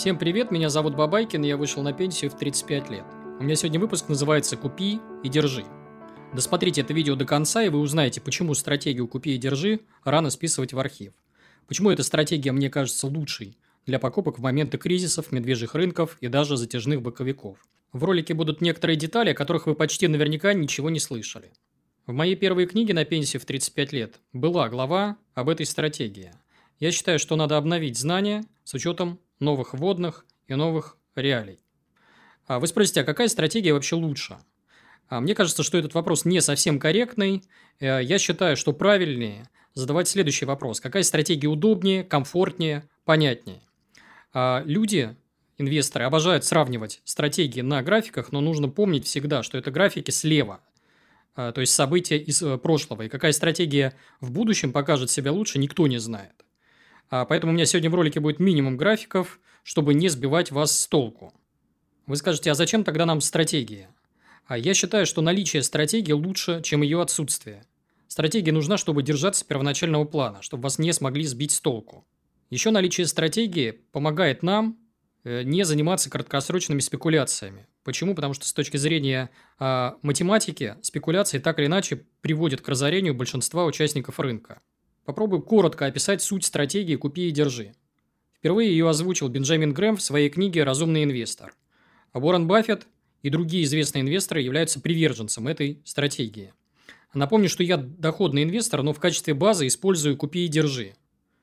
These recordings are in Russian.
Всем привет, меня зовут Бабайкин, и я вышел на пенсию в 35 лет. У меня сегодня выпуск называется «Купи и держи». Досмотрите это видео до конца, и вы узнаете, почему стратегию «Купи и держи» рано списывать в архив. Почему эта стратегия мне кажется лучшей для покупок в моменты кризисов, медвежьих рынков и даже затяжных боковиков. В ролике будут некоторые детали, о которых вы почти наверняка ничего не слышали. В моей первой книге на пенсии в 35 лет была глава об этой стратегии. Я считаю, что надо обновить знания с учетом новых вводных и новых реалий. Вы спросите, а какая стратегия вообще лучше? Мне кажется, что этот вопрос не совсем корректный. Я считаю, что правильнее задавать следующий вопрос. Какая стратегия удобнее, комфортнее, понятнее? Люди, инвесторы, обожают сравнивать стратегии на графиках, но нужно помнить всегда, что это графики слева. То есть события из прошлого. И какая стратегия в будущем покажет себя лучше, никто не знает. Поэтому у меня сегодня в ролике будет минимум графиков, чтобы не сбивать вас с толку. Вы скажете, а зачем тогда нам стратегия? Я считаю, что наличие стратегии лучше, чем ее отсутствие. Стратегия нужна, чтобы держаться первоначального плана, чтобы вас не смогли сбить с толку. Еще наличие стратегии помогает нам не заниматься краткосрочными спекуляциями. Почему? Потому что с точки зрения математики спекуляции так или иначе приводят к разорению большинства участников рынка. Попробую коротко описать суть стратегии «Купи и держи». Впервые ее озвучил Бенджамин Грэм в своей книге «Разумный инвестор». А Уоррен Баффет и другие известные инвесторы являются приверженцем этой стратегии. Напомню, что я доходный инвестор, но в качестве базы использую «Купи и держи».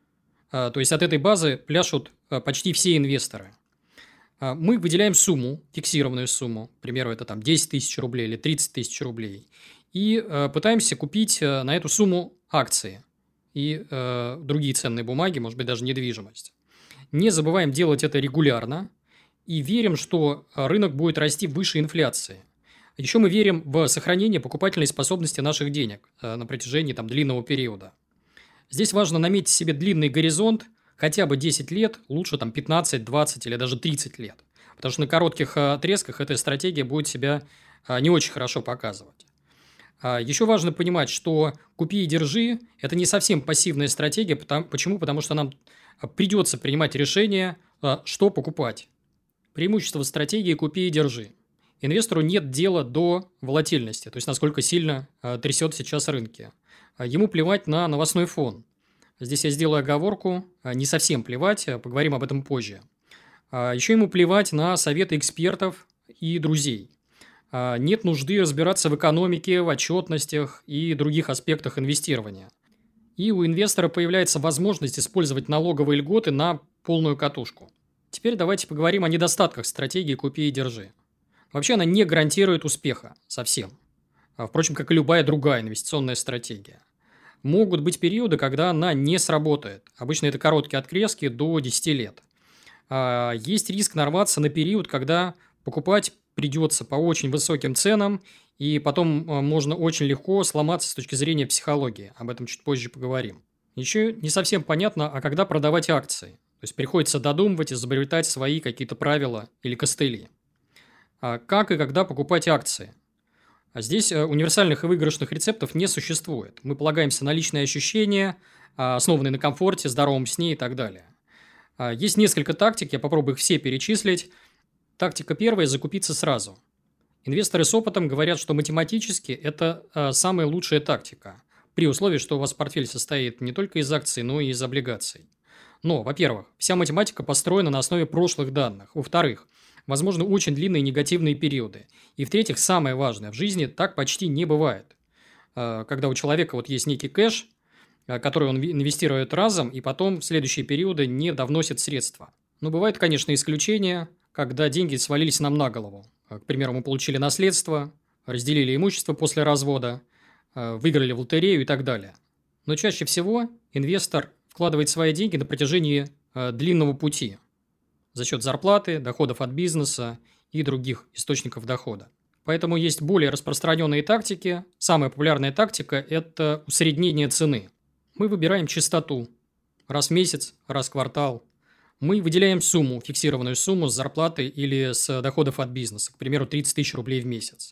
То есть от этой базы пляшут почти все инвесторы. Мы выделяем сумму, фиксированную сумму, к примеру, это там 10 тысяч рублей или 30 тысяч рублей, и пытаемся купить на эту сумму акции и другие ценные бумаги, может быть, даже недвижимость. Не забываем делать это регулярно и верим, что рынок будет расти выше инфляции. Еще мы верим в сохранение покупательной способности наших денег на протяжении длинного периода. Здесь важно наметить себе длинный горизонт, хотя бы 10 лет, лучше 15, 20 или даже 30 лет. Потому что на коротких отрезках эта стратегия будет себя не очень хорошо показывать. Еще важно понимать, что «Купи и держи» – это не совсем пассивная стратегия. Почему? Потому что нам придется принимать решение, что покупать. Преимущество стратегии «Купи и держи». Инвестору нет дела до волатильности, то есть насколько сильно трясет сейчас рынки. Ему плевать на новостной фон. Здесь я сделаю оговорку, не совсем плевать, поговорим об этом позже. Еще ему плевать на советы экспертов и друзей. Нет нужды разбираться в экономике, в отчетностях и других аспектах инвестирования. И у инвестора появляется возможность использовать налоговые льготы на полную катушку. Теперь давайте поговорим о недостатках стратегии «Купи и держи». Вообще она не гарантирует успеха совсем. Впрочем, как и любая другая инвестиционная стратегия. Могут быть периоды, когда она не сработает. Обычно это короткие отрезки до 10 лет. Есть риск нарваться на период, когда покупать придется по очень высоким ценам, и потом можно очень легко сломаться с точки зрения психологии. Об этом чуть позже поговорим. Еще не совсем понятно, а когда продавать акции. То есть приходится додумывать, изобретать свои какие-то правила или костыли. Как и когда покупать акции? Здесь универсальных и выигрышных рецептов не существует. Мы полагаемся на личные ощущения, основанные на комфорте, здоровом сне и так далее. Есть несколько тактик, я попробую их все перечислить. Тактика первая – закупиться сразу. Инвесторы с опытом говорят, что математически это самая лучшая тактика, при условии, что у вас портфель состоит не только из акций, но и из облигаций. Но, во-первых, вся математика построена на основе прошлых данных. Во-вторых, возможно, очень длинные негативные периоды. И в-третьих, самое важное, в жизни так почти не бывает. Когда у человека есть некий кэш, который он инвестирует разом, и потом в следующие периоды не довносит средства. Но бывают, конечно, исключения, когда деньги свалились нам на голову. К примеру, мы получили наследство, разделили имущество после развода, выиграли в лотерею и так далее. Но чаще всего инвестор вкладывает свои деньги на протяжении длинного пути за счет зарплаты, доходов от бизнеса и других источников дохода. Поэтому есть более распространенные тактики. Самая популярная тактика – это усреднение цены. Мы выбираем частоту – раз в месяц, раз в квартал. Мы выделяем сумму, фиксированную сумму с зарплаты или с доходов от бизнеса, к примеру, 30 тысяч рублей в месяц.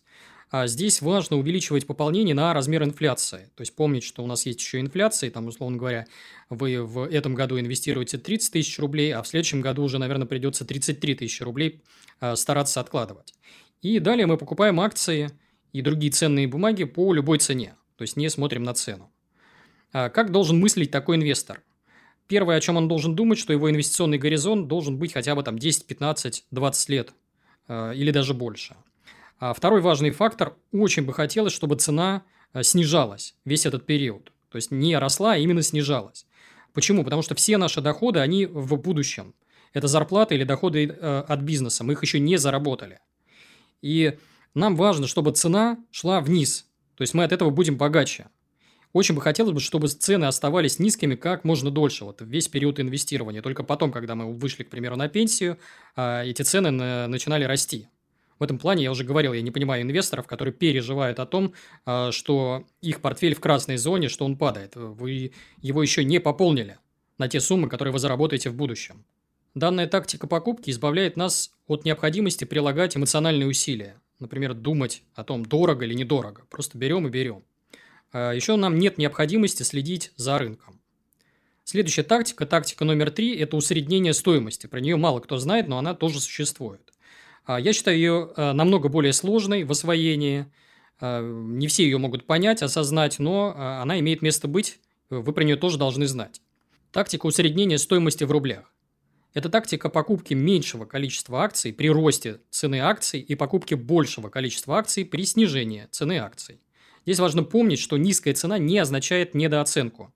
Здесь важно увеличивать пополнение на размер инфляции. То есть помнить, что у нас есть еще инфляция, там, условно говоря, вы в этом году инвестируете 30 тысяч рублей, а в следующем году уже, наверное, придется 33 тысячи рублей стараться откладывать. И далее мы покупаем акции и другие ценные бумаги по любой цене, то есть не смотрим на цену. Как должен мыслить такой инвестор? Первое, о чем он должен думать, что его инвестиционный горизонт должен быть хотя бы там 10, 15, 20 лет или даже больше. Второй важный фактор – очень бы хотелось, чтобы цена снижалась весь этот период. То есть не росла, а именно снижалась. Почему? Потому что все наши доходы, они в будущем. Это зарплаты или доходы от бизнеса. Мы их еще не заработали. И нам важно, чтобы цена шла вниз. То есть мы от этого будем богаче. Очень бы хотелось, чтобы цены оставались низкими как можно дольше, вот весь период инвестирования. Только потом, когда мы вышли, к примеру, на пенсию, эти цены начинали расти. В этом плане я уже говорил, я не понимаю инвесторов, которые переживают о том, что их портфель в красной зоне, что он падает. Вы его еще не пополнили на те суммы, которые вы заработаете в будущем. Данная тактика покупки избавляет нас от необходимости прилагать эмоциональные усилия. Например, думать о том, дорого или недорого. Просто берем и берем. Еще нам нет необходимости следить за рынком. Следующая тактика, тактика номер 3, это усреднение стоимости. Про нее мало кто знает, но она тоже существует. Я считаю ее намного более сложной в освоении. Не все ее могут понять, осознать, но она имеет место быть. Вы про нее тоже должны знать. Тактика усреднения стоимости в рублях. Это тактика покупки меньшего количества акций при росте цены акций и покупки большего количества акций при снижении цены акций. Здесь важно помнить, что низкая цена не означает недооценку,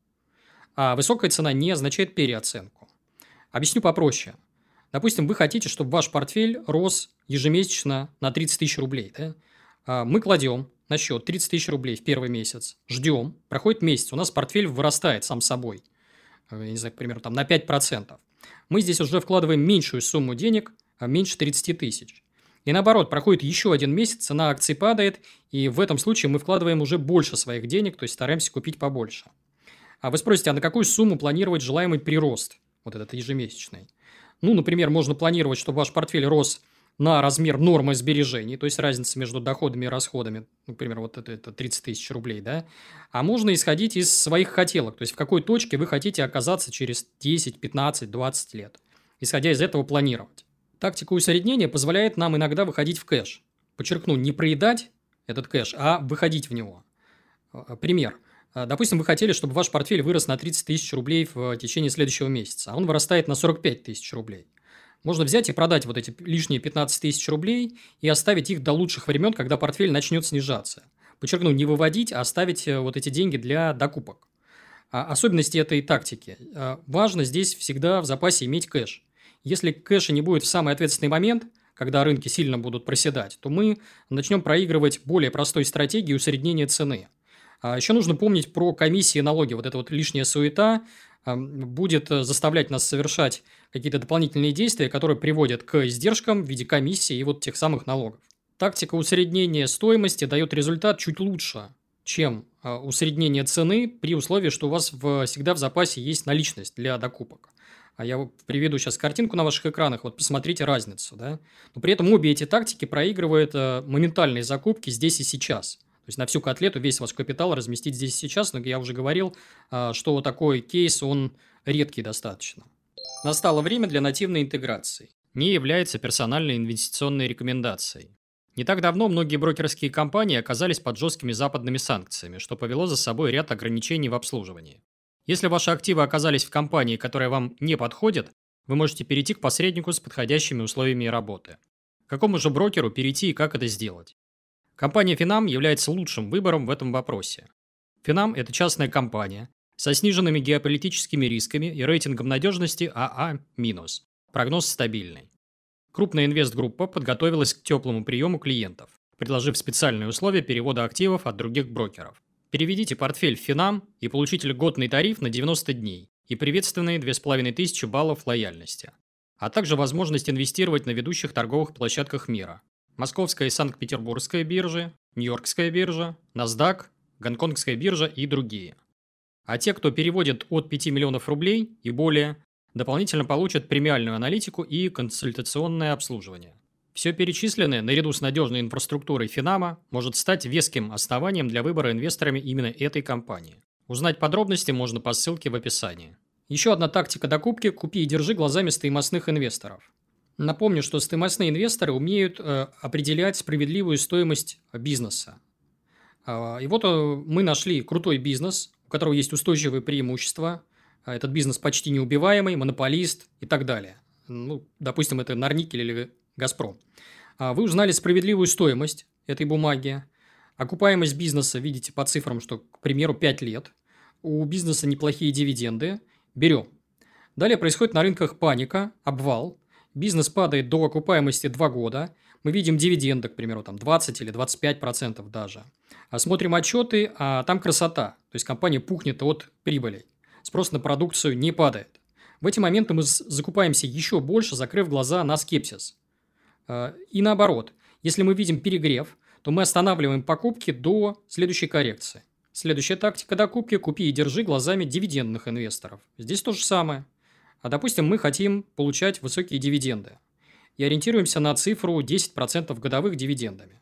а высокая цена не означает переоценку. Объясню попроще. Допустим, вы хотите, чтобы ваш портфель рос ежемесячно на 30 тысяч рублей. Да? Мы кладем на счет 30 тысяч рублей в первый месяц, ждем, проходит месяц, у нас портфель вырастает сам собой, я не знаю, к примеру, там, на 5%. Мы здесь уже вкладываем меньшую сумму денег, меньше 30 тысяч. И наоборот, проходит еще один месяц, цена акций падает, и в этом случае мы вкладываем уже больше своих денег, то есть стараемся купить побольше. А вы спросите, а на какую сумму планировать желаемый прирост, вот этот ежемесячный? Ну, например, можно планировать, чтобы ваш портфель рос на размер нормы сбережений, то есть разница между доходами и расходами, например, вот это 30 тысяч рублей, да? А можно исходить из своих хотелок, то есть в какой точке вы хотите оказаться через 10, 15, 20 лет, исходя из этого планировать. Тактика усреднения позволяет нам иногда выходить в кэш. Подчеркну, не проедать этот кэш, а выходить в него. Пример. Допустим, вы хотели, чтобы ваш портфель вырос на 30 тысяч рублей в течение следующего месяца, а он вырастает на 45 тысяч рублей. Можно взять и продать вот эти лишние 15 тысяч рублей и оставить их до лучших времен, когда портфель начнет снижаться. Подчеркну, не выводить, а оставить вот эти деньги для докупок. Особенности этой тактики. Важно здесь всегда в запасе иметь кэш. Если кэша не будет в самый ответственный момент, когда рынки сильно будут проседать, то мы начнем проигрывать более простой стратегией усреднения цены. Еще нужно помнить про комиссии и налоги. Вот эта вот лишняя суета будет заставлять нас совершать какие-то дополнительные действия, которые приводят к издержкам в виде комиссии и вот тех самых налогов. Тактика усреднения стоимости дает результат чуть лучше, чем усреднение цены при условии, что у вас всегда в запасе есть наличность для докупок. Я приведу сейчас картинку на ваших экранах, вот посмотрите разницу. Да? Но при этом обе эти тактики проигрывают моментальные закупки здесь и сейчас. То есть на всю котлету весь ваш капитал разместить здесь и сейчас, но я уже говорил, что такой кейс, он редкий достаточно. Настало время для нативной интеграции. Не является персональной инвестиционной рекомендацией. Не так давно многие брокерские компании оказались под жесткими западными санкциями, что повело за собой ряд ограничений в обслуживании. Если ваши активы оказались в компании, которая вам не подходит, вы можете перейти к посреднику с подходящими условиями работы. К какому же брокеру перейти и как это сделать? Компания Финам является лучшим выбором в этом вопросе. Финам – это частная компания со сниженными геополитическими рисками и рейтингом надежности АА-. Прогноз стабильный. Крупная инвестгруппа подготовилась к теплому приему клиентов, предложив специальные условия перевода активов от других брокеров. Переведите портфель в Финам и получите льготный тариф на 90 дней и приветственные 2500 баллов лояльности, а также возможность инвестировать на ведущих торговых площадках мира. Московская и Санкт-Петербургская биржи, Нью-Йоркская биржа, NASDAQ, Гонконгская биржа и другие. А те, кто переводит от 5 миллионов рублей и более, дополнительно получат премиальную аналитику и консультационное обслуживание. Все перечисленное, наряду с надежной инфраструктурой Финама, может стать веским основанием для выбора инвесторами именно этой компании. Узнать подробности можно по ссылке в описании. Еще одна тактика докупки – купи и держи глазами стоимостных инвесторов. Напомню, что стоимостные инвесторы умеют определять справедливую стоимость бизнеса. И вот мы нашли крутой бизнес, у которого есть устойчивые преимущества. Этот бизнес почти неубиваемый, монополист и так далее. Ну, допустим, это Норникель или Газпром. Вы узнали справедливую стоимость этой бумаги. Окупаемость бизнеса, видите по цифрам, что, к примеру, 5 лет. У бизнеса неплохие дивиденды. Берем. Далее происходит на рынках паника, обвал. Бизнес падает до окупаемости 2 года. Мы видим дивиденды, к примеру, там 20 или 25% даже. Смотрим отчеты, а там красота. То есть компания пухнет от прибыли. Спрос на продукцию не падает. В эти моменты мы закупаемся еще больше, закрыв глаза на скепсис. И наоборот, если мы видим перегрев, то мы останавливаем покупки до следующей коррекции. Следующая тактика докупки – купи и держи глазами дивидендных инвесторов. Здесь то же самое. Допустим, мы хотим получать высокие дивиденды и ориентируемся на цифру 10% годовых дивидендами.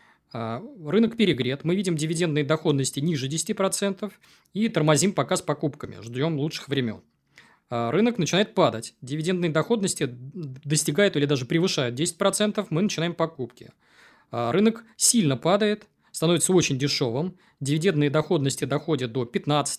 Рынок перегрет, мы видим дивидендные доходности ниже 10% и тормозим пока с покупками, ждем лучших времен. Рынок начинает падать, дивидендные доходности достигают или даже превышают 10%, мы начинаем покупки. Рынок сильно падает, становится очень дешевым, дивидендные доходности доходят до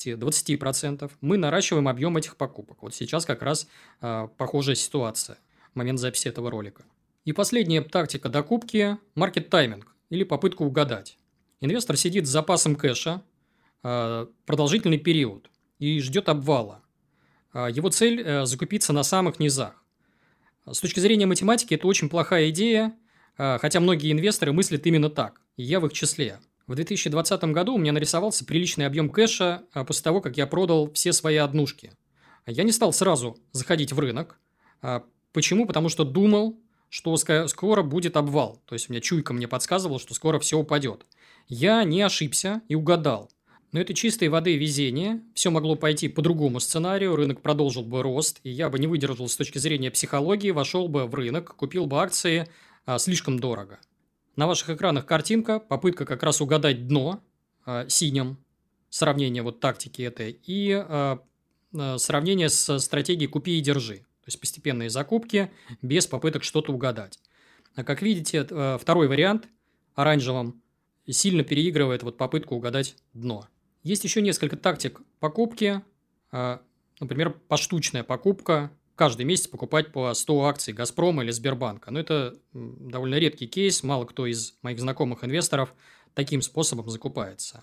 15-20%, мы наращиваем объем этих покупок. Вот сейчас как раз похожая ситуация в момент записи этого ролика. И последняя тактика докупки – маркет-тайминг или попытка угадать. Инвестор сидит с запасом кэша продолжительный период и ждет обвала. Его цель – закупиться на самых низах. С точки зрения математики это очень плохая идея, хотя многие инвесторы мыслят именно так, и я в их числе. В 2020 году у меня нарисовался приличный объем кэша после того, как я продал все свои однушки. Я не стал сразу заходить в рынок. Почему? Потому что думал, что скоро будет обвал. То есть, у меня чуйка мне подсказывала, что скоро все упадет. Я не ошибся и угадал. Но это чистой воды везение. Все могло пойти по другому сценарию. Рынок продолжил бы рост, и я бы не выдержал с точки зрения психологии, вошел бы в рынок, купил бы акции слишком дорого. На ваших экранах картинка, попытка как раз угадать дно синим, сравнение вот тактики этой, и сравнение с стратегией «купи и держи». То есть, постепенные закупки без попыток что-то угадать. Как видите, второй вариант оранжевым сильно переигрывает вот попытку угадать дно. Есть еще несколько тактик покупки. Например, поштучная покупка. Каждый месяц покупать по 100 акций «Газпрома» или «Сбербанка». Но это довольно редкий кейс. Мало кто из моих знакомых инвесторов таким способом закупается.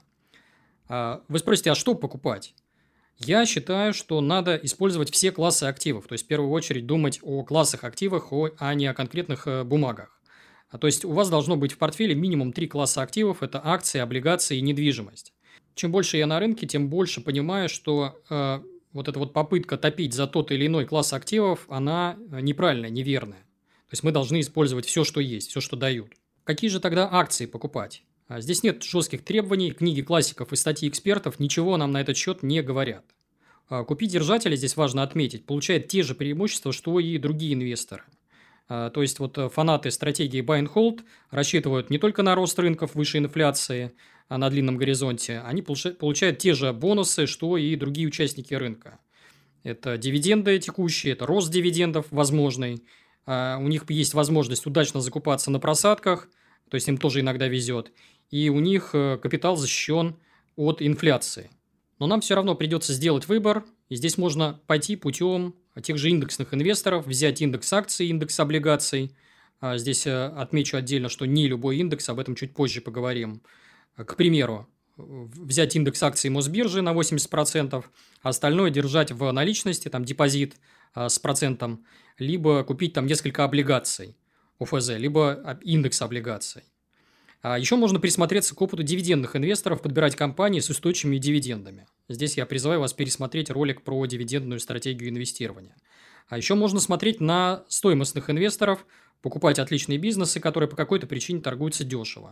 Вы спросите, а что покупать? Я считаю, что надо использовать все классы активов. То есть, в первую очередь, думать о классах активов, а не о конкретных бумагах. То есть, у вас должно быть в портфеле минимум 3 класса активов. Это акции, облигации и недвижимость. Чем больше я на рынке, тем больше понимаю, что вот эта вот попытка топить за тот или иной класс активов, она неправильная, неверная. То есть, мы должны использовать все, что есть, все, что дают. Какие же тогда акции покупать? Здесь нет жестких требований, книги классиков и статьи экспертов ничего нам на этот счет не говорят. Купить держателя, здесь важно отметить, получает те же преимущества, что и другие инвесторы. То есть, вот фанаты стратегии buy and hold рассчитывают не только на рост рынков выше инфляции на длинном горизонте, они получают те же бонусы, что и другие участники рынка. Это дивиденды текущие, это рост дивидендов возможный, у них есть возможность удачно закупаться на просадках, то есть, им тоже иногда везет, и у них капитал защищен от инфляции. Но нам все равно придется сделать выбор, и здесь можно пойти путем тех же индексных инвесторов, взять индекс акций, индекс облигаций. Здесь отмечу отдельно, что не любой индекс, об этом чуть позже поговорим. К примеру, взять индекс акций Мосбиржи на 80%, а остальное держать в наличности, там депозит с процентом, либо купить там несколько облигаций ОФЗ, либо индекс облигаций. Еще можно присмотреться к опыту дивидендных инвесторов, подбирать компании с устойчивыми дивидендами. Здесь я призываю вас пересмотреть ролик про дивидендную стратегию инвестирования. А еще можно смотреть на стоимостных инвесторов, покупать отличные бизнесы, которые по какой-то причине торгуются дешево.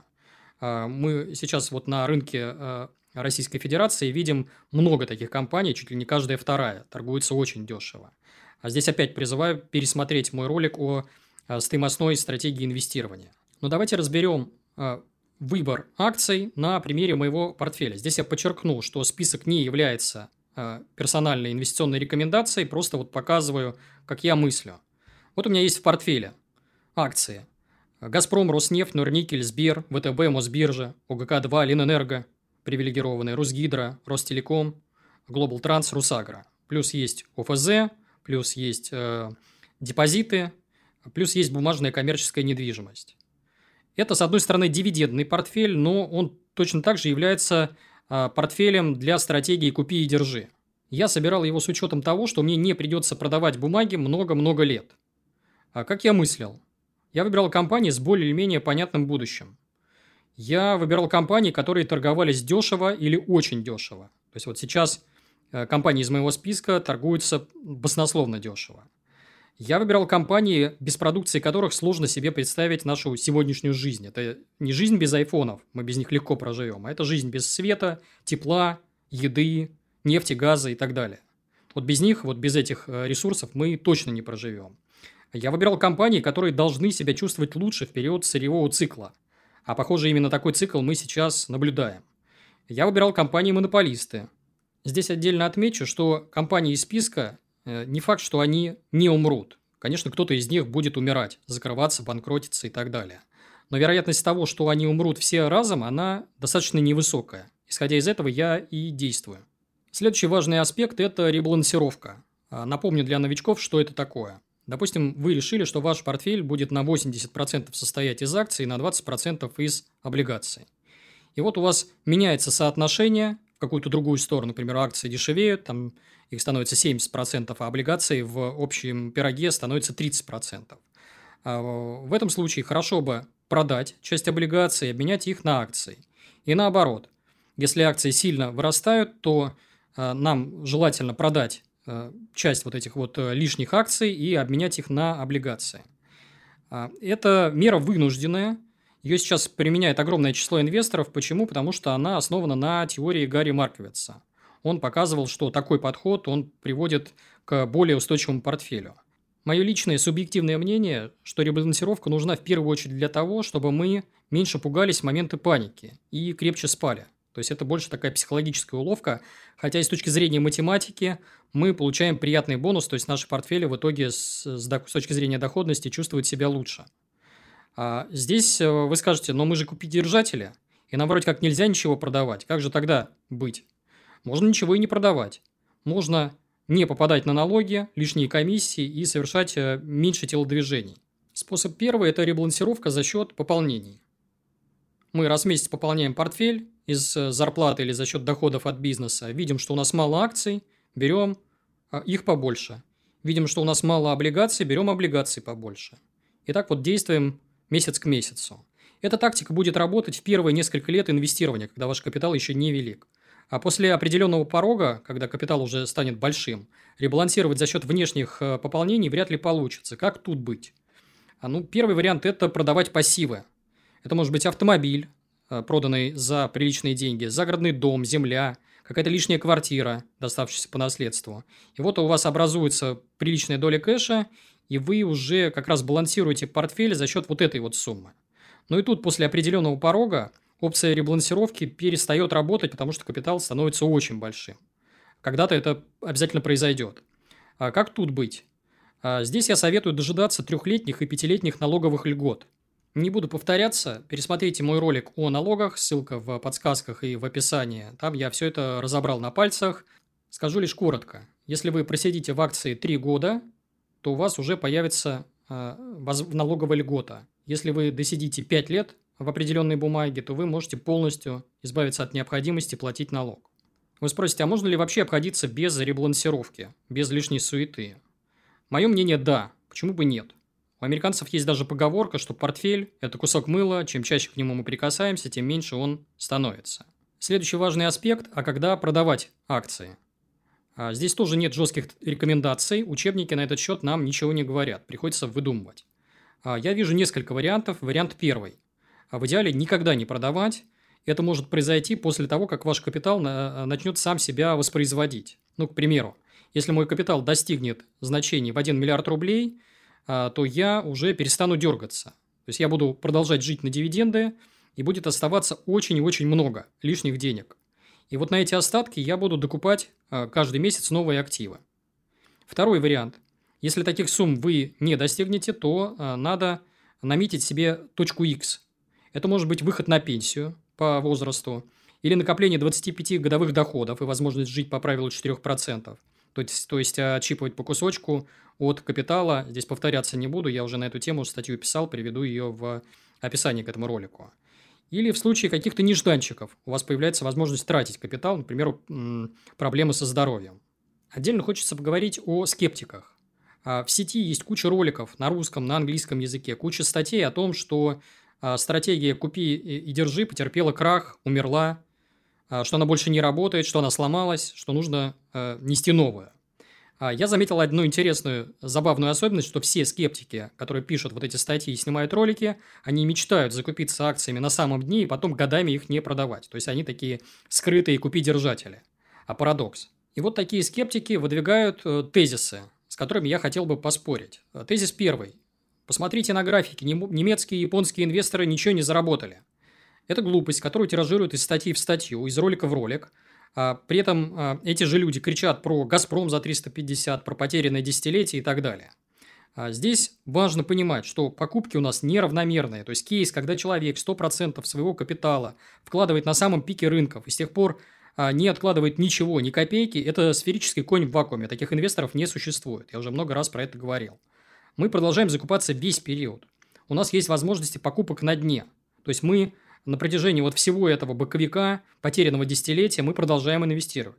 Мы сейчас вот на рынке Российской Федерации видим много таких компаний, чуть ли не каждая вторая торгуется очень дешево. А здесь опять призываю пересмотреть мой ролик о стоимостной стратегии инвестирования. Но давайте разберем выбор акций на примере моего портфеля. Здесь я подчеркну, что список не является персональной инвестиционной рекомендацией, просто вот показываю, как я мыслю. Вот у меня есть в портфеле акции «Газпром», «Роснефть», «Норникель», «Сбер», «ВТБ», «Мосбиржа», ОГК-2, «Ленэнерго», привилегированные, «Русгидро», «Ростелеком», «Глобал Транс», «Русагро». Плюс есть ОФЗ, плюс есть депозиты, плюс есть бумажная коммерческая недвижимость. Это, с одной стороны, дивидендный портфель, но он точно так же является портфелем для стратегии «купи и держи». Я собирал его с учетом того, что мне не придется продавать бумаги много-много лет. А как я мыслил? Я выбирал компании с более или менее понятным будущим. Я выбирал компании, которые торговались дешево или очень дешево. То есть, вот сейчас компании из моего списка торгуются баснословно дешево. Я выбирал компании, без продукции которых сложно себе представить нашу сегодняшнюю жизнь. Это не жизнь без айфонов, мы без них легко проживем, а это жизнь без света, тепла, еды, нефти, газа и так далее. Вот без них, вот без этих ресурсов мы точно не проживем. Я выбирал компании, которые должны себя чувствовать лучше в период сырьевого цикла. А похоже, именно такой цикл мы сейчас наблюдаем. Я выбирал компании-монополисты. Здесь отдельно отмечу, что компании из списка не факт, что они не умрут. Конечно, кто-то из них будет умирать, закрываться, банкротиться и так далее. Но вероятность того, что они умрут все разом, она достаточно невысокая. Исходя из этого, я и действую. Следующий важный аспект – это ребалансировка. Напомню для новичков, что это такое. Допустим, вы решили, что ваш портфель будет на 80% состоять из акций и на 20% из облигаций. И вот у вас меняется соотношение в какую-то другую сторону. Например, акции дешевеют, там их становится 70%, а облигаций в общем пироге становится 30%. В этом случае хорошо бы продать часть облигаций и обменять их на акции. И наоборот, если акции сильно вырастают, то нам желательно продать часть вот этих вот лишних акций и обменять их на облигации. Это мера вынужденная. Ее сейчас применяет огромное число инвесторов. Почему? Потому что она основана на теории Гарри Марковица. Он показывал, что такой подход он приводит к более устойчивому портфелю. Мое личное субъективное мнение, что ребалансировка нужна в первую очередь для того, чтобы мы меньше пугались в моменты паники и крепче спали. То есть, это больше такая психологическая уловка, хотя и с точки зрения математики мы получаем приятный бонус, то есть, наши портфели в итоге с точки зрения доходности чувствуют себя лучше. Здесь вы скажете, но мы же купить-держатели, и нам вроде как нельзя ничего продавать, как же тогда быть? Можно ничего и не продавать. Можно не попадать на налоги, лишние комиссии и совершать меньше телодвижений. Способ первый – это ребалансировка за счет пополнений. Мы раз в месяц пополняем портфель из зарплаты или за счет доходов от бизнеса. Видим, что у нас мало акций, берем их побольше. Видим, что у нас мало облигаций, берем облигаций побольше. И так вот действуем месяц к месяцу. Эта тактика будет работать в первые несколько лет инвестирования, когда ваш капитал еще не велик. А после определенного порога, когда капитал уже станет большим, ребалансировать за счет внешних пополнений вряд ли получится. Как тут быть? Первый вариант – это продавать пассивы. Это может быть автомобиль, проданный за приличные деньги, загородный дом, земля, какая-то лишняя квартира, доставшаяся по наследству. И вот у вас образуется приличная доля кэша, и вы уже как раз балансируете портфель за счет вот этой вот суммы. И тут после определенного порога опция ребалансировки перестает работать, потому что капитал становится очень большим. Когда-то это обязательно произойдет. А как тут быть? Здесь я советую дожидаться 3-летних и 5-летних налоговых льгот. Не буду повторяться, пересмотрите мой ролик о налогах, ссылка в подсказках и в описании. Там я все это разобрал на пальцах. Скажу лишь коротко. Если вы просидите в акции 3 года, то у вас уже появится налоговая льгота. Если вы досидите 5 лет в определенной бумаге, то вы можете полностью избавиться от необходимости платить налог. Вы спросите, а можно ли вообще обходиться без ребалансировки, без лишней суеты? Мое мнение – да. Почему бы нет? У американцев есть даже поговорка, что портфель – это кусок мыла, чем чаще к нему мы прикасаемся, тем меньше он становится. Следующий важный аспект – а когда продавать акции? Здесь тоже нет жестких рекомендаций, учебники на этот счет нам ничего не говорят, приходится выдумывать. Я вижу несколько вариантов. Вариант первый. В идеале никогда не продавать. Это может произойти после того, как ваш капитал начнет сам себя воспроизводить. К примеру, если мой капитал достигнет значений в 1 миллиард рублей, то я уже перестану дергаться. То есть я буду продолжать жить на дивиденды, и будет оставаться очень и очень много лишних денег. И вот на эти остатки я буду докупать каждый месяц новые активы. Второй вариант. Если таких сумм вы не достигнете, то надо наметить себе точку X. Это может быть выход на пенсию по возрасту или накопление 25 годовых доходов и возможность жить по правилу 4%. То есть отщипывать по кусочку от капитала. Здесь повторяться не буду, я уже на эту тему статью писал, приведу ее в описании к этому ролику. Или в случае каких-то нежданчиков у вас появляется возможность тратить капитал, например, проблемы со здоровьем. Отдельно хочется поговорить о скептиках. В сети есть куча роликов на русском, на английском языке, куча статей о том, что стратегия «купи и держи» потерпела крах, умерла, что она больше не работает, что она сломалась, что нужно нести новое. Я заметил одну интересную, забавную особенность, что все скептики, которые пишут вот эти статьи и снимают ролики, они мечтают закупиться акциями на самом дне и потом годами их не продавать. То есть они такие скрытые купи-держатели. Парадокс. И вот такие скептики выдвигают тезисы, с которыми я хотел бы поспорить. Тезис первый. Посмотрите на графики. Немецкие и японские инвесторы ничего не заработали. Это глупость, которую тиражируют из статьи в статью, из ролика в ролик. При этом эти же люди кричат про «Газпром» за 350, про потерянное десятилетие и так далее. Здесь важно понимать, что покупки у нас неравномерные. То есть кейс, когда человек 100% своего капитала вкладывает на самом пике рынков и с тех пор не откладывает ничего, ни копейки, это сферический конь в вакууме. Таких инвесторов не существует. Я уже много раз про это говорил. Мы продолжаем закупаться весь период. У нас есть возможности покупок на дне. То есть мы на протяжении вот всего этого боковика, потерянного десятилетия, мы продолжаем инвестировать.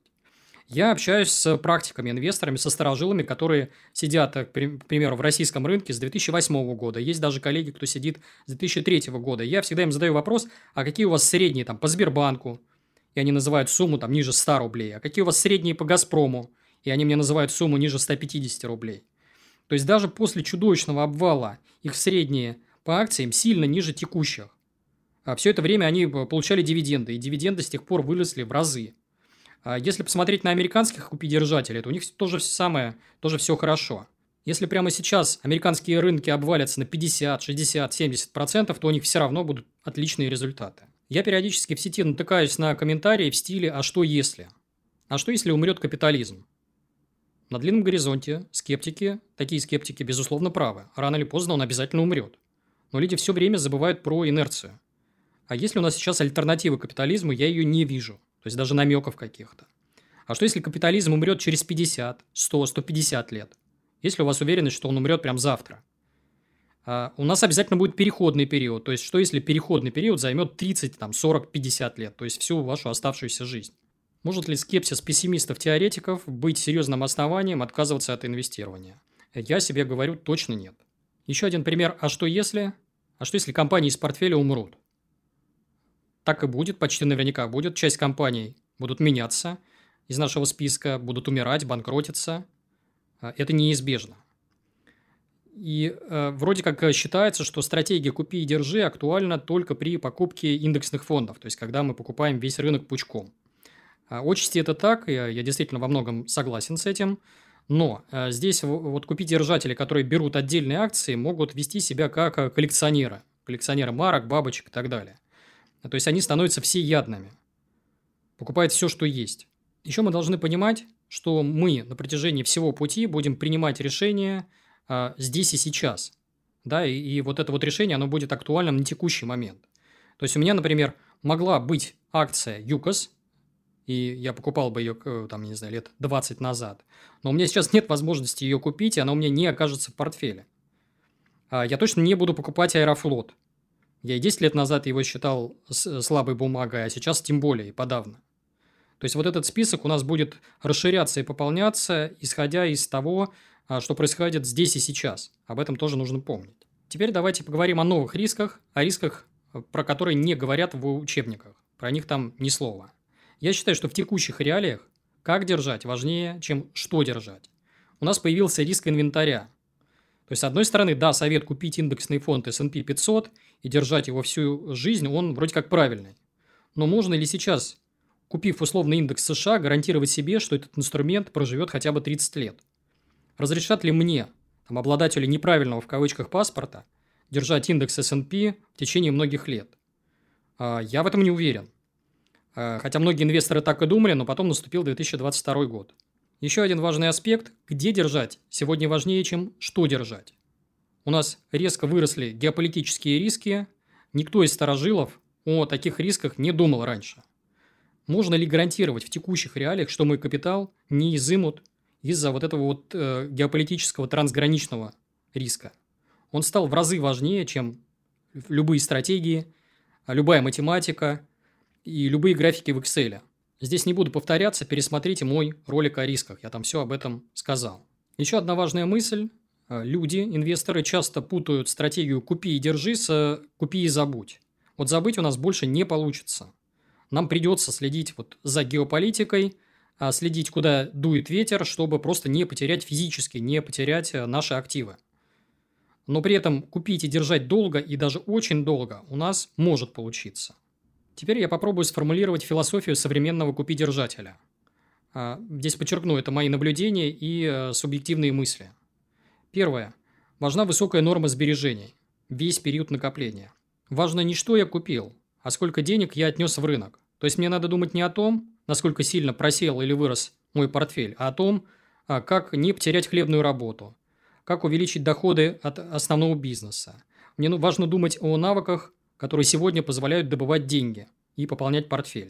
Я общаюсь с практиками, инвесторами, со старожилами, которые сидят, к примеру, в российском рынке с 2008 года. Есть даже коллеги, кто сидит с 2003 года. Я всегда им задаю вопрос, а какие у вас средние там, по Сбербанку? И они называют сумму там, ниже 100 рублей. А какие у вас средние по Газпрому? И они мне называют сумму ниже 150 рублей. То есть даже после чудовищного обвала их средние по акциям сильно ниже текущих. Все это время они получали дивиденды, и дивиденды с тех пор выросли в разы. Если посмотреть на американских купи-держателей, то у них тоже все хорошо. Если прямо сейчас американские рынки обвалятся на 50, 60, 70%, то у них все равно будут отличные результаты. Я периодически в сети натыкаюсь на комментарии в стиле «А что если?». А что если умрет капитализм? На длинном горизонте такие скептики, безусловно, правы. Рано или поздно он обязательно умрет. Но люди все время забывают про инерцию. А если у нас сейчас альтернатива капитализму, я ее не вижу. То есть даже намеков каких-то. А что если капитализм умрет через 50, 100, 150 лет? Есть ли у вас уверенность, что он умрет прямо завтра? У нас обязательно будет переходный период. То есть что если переходный период займет 30, 40, 50 лет? То есть всю вашу оставшуюся жизнь. Может ли скепсис пессимистов-теоретиков быть серьезным основанием отказываться от инвестирования? Я себе говорю, точно нет. Еще один пример. А что если компании из портфеля умрут? Так и будет, почти наверняка будет. Часть компаний будут меняться из нашего списка, будут умирать, банкротиться. Это неизбежно. И вроде как считается, что стратегия «купи и держи» актуальна только при покупке индексных фондов, то есть когда мы покупаем весь рынок пучком. Отчасти это так, я действительно во многом согласен с этим, но здесь вот купи-держатели, которые берут отдельные акции, могут вести себя как коллекционеры марок, бабочек и так далее. То есть они становятся всеядными, покупают все, что есть. Еще мы должны понимать, что мы на протяжении всего пути будем принимать решения здесь и сейчас. Да, и вот это вот решение, оно будет актуальным на текущий момент. То есть у меня, например, могла быть акция ЮКОС, и я покупал бы ее, лет 20 назад. Но у меня сейчас нет возможности ее купить, и она у меня не окажется в портфеле. Я точно не буду покупать Аэрофлот. Я и 10 лет назад его считал слабой бумагой, а сейчас тем более и подавно. То есть вот этот список у нас будет расширяться и пополняться, исходя из того, что происходит здесь и сейчас. Об этом тоже нужно помнить. Теперь давайте поговорим о новых рисках, о рисках, про которые не говорят в учебниках. Про них там ни слова. Я считаю, что в текущих реалиях как держать важнее, чем что держать. У нас появился риск инвентаря. То есть, с одной стороны, да, совет купить индексный фонд S&P 500 и держать его всю жизнь, он вроде как правильный. Но можно ли сейчас, купив условный индекс США, гарантировать себе, что этот инструмент проживет хотя бы 30 лет? Разрешат ли мне там, обладателю неправильного в кавычках паспорта держать индекс S&P в течение многих лет. Я в этом не уверен. Хотя многие инвесторы так и думали, но потом наступил 2022 год. Еще один важный аспект – где держать сегодня важнее, чем что держать. У нас резко выросли геополитические риски. Никто из старожилов о таких рисках не думал раньше. Можно ли гарантировать в текущих реалиях, что мой капитал не изымут из-за вот этого вот геополитического трансграничного риска? Он стал в разы важнее, чем любые стратегии, любая математика и любые графики в Excel. Здесь не буду повторяться, пересмотрите мой ролик о рисках, я там все об этом сказал. Еще одна важная мысль. Люди, инвесторы часто путают стратегию «купи и держи» с «купи и забудь». Вот забыть у нас больше не получится. Нам придется следить вот за геополитикой, следить, куда дует ветер, чтобы просто не потерять физически, не потерять наши активы. Но при этом купить и держать долго и даже очень долго у нас может получиться. Теперь я попробую сформулировать философию современного купи-держателя. Здесь подчеркну, это мои наблюдения и субъективные мысли. Первое. Важна высокая норма сбережений. Весь период накопления. Важно не что я купил, а сколько денег я отнес в рынок. То есть мне надо думать не о том, насколько сильно просел или вырос мой портфель, а о том, как не потерять хлебную работу, как увеличить доходы от основного бизнеса. Мне важно думать о навыках, которые сегодня позволяют добывать деньги и пополнять портфель.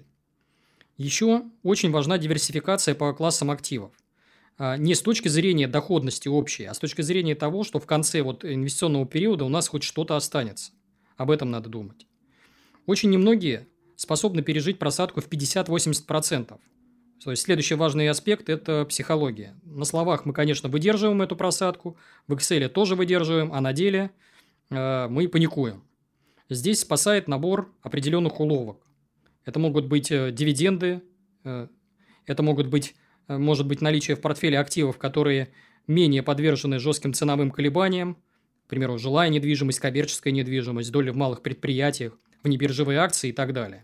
Еще очень важна диверсификация по классам активов. Не с точки зрения доходности общей, а с точки зрения того, что в конце вот инвестиционного периода у нас хоть что-то останется. Об этом надо думать. Очень немногие способны пережить просадку в 50-80%. То есть следующий важный аспект – это психология. На словах мы, конечно, выдерживаем эту просадку, в Excel тоже выдерживаем, а на деле мы паникуем. Здесь спасает набор определенных уловок. Это могут быть дивиденды, это может быть наличие в портфеле активов, которые менее подвержены жестким ценовым колебаниям, к примеру, жилая недвижимость, коммерческая недвижимость, доли в малых предприятиях, внебиржевые акции и так далее.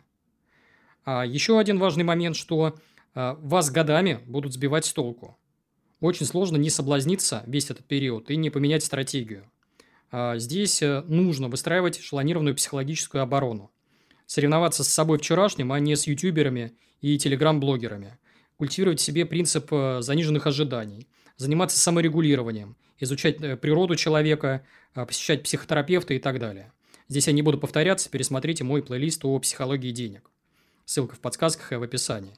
Еще один важный момент, что вас годами будут сбивать с толку. Очень сложно не соблазниться весь этот период и не поменять стратегию. Здесь нужно выстраивать эшелонированную психологическую оборону. Соревноваться с собой вчерашним, а не с ютуберами и телеграм-блогерами. Культивировать в себе принцип заниженных ожиданий. Заниматься саморегулированием. Изучать природу человека, посещать психотерапевта и так далее. Здесь я не буду повторяться, пересмотрите мой плейлист о психологии денег. Ссылка в подсказках и в описании.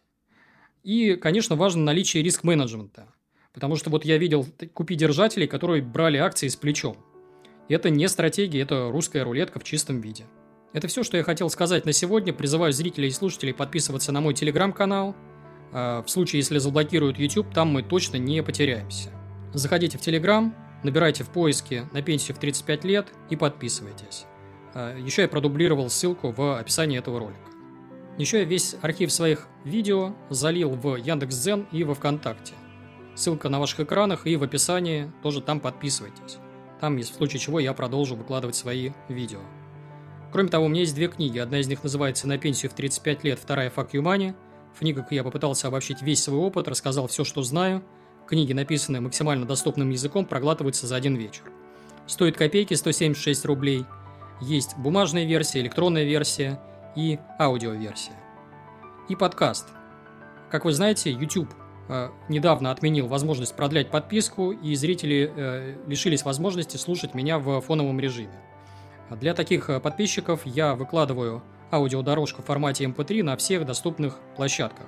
И, конечно, важно наличие риск-менеджмента. Потому что вот я видел купи-держателей, которые брали акции с плечом. Это не стратегия, это русская рулетка в чистом виде. Это все, что я хотел сказать на сегодня. Призываю зрителей и слушателей подписываться на мой телеграм-канал. В случае, если заблокируют YouTube, там мы точно не потеряемся. Заходите в телеграм, набирайте в поиске «На пенсию в 35 лет» и подписывайтесь. Еще я продублировал ссылку в описании этого ролика. Еще я весь архив своих видео залил в Яндекс.Дзен и во ВКонтакте. Ссылка на ваших экранах и в описании, тоже там подписывайтесь. Там, в случае чего, я продолжу выкладывать свои видео. Кроме того, у меня есть две книги. Одна из них называется «На пенсию в 35 лет», вторая «Fuck you money». В книгах я попытался обобщить весь свой опыт, рассказал все, что знаю. Книги, написанные максимально доступным языком, проглатываются за один вечер. Стоит копейки, 176 рублей. Есть бумажная версия, электронная версия и аудиоверсия. И подкаст. Как вы знаете, YouTube недавно отменил возможность продлять подписку, и зрители лишились возможности слушать меня в фоновом режиме. Для таких подписчиков я выкладываю аудиодорожку в формате MP3 на всех доступных площадках.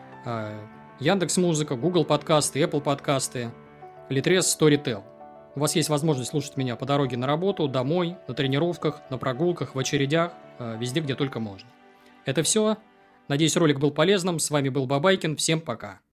Яндекс.Музыка, Google подкасты, Apple подкасты, Litres, Storytel. У вас есть возможность слушать меня по дороге на работу, домой, на тренировках, на прогулках, в очередях, везде, где только можно. Это все. Надеюсь, ролик был полезным. С вами был Бабайкин. Всем пока.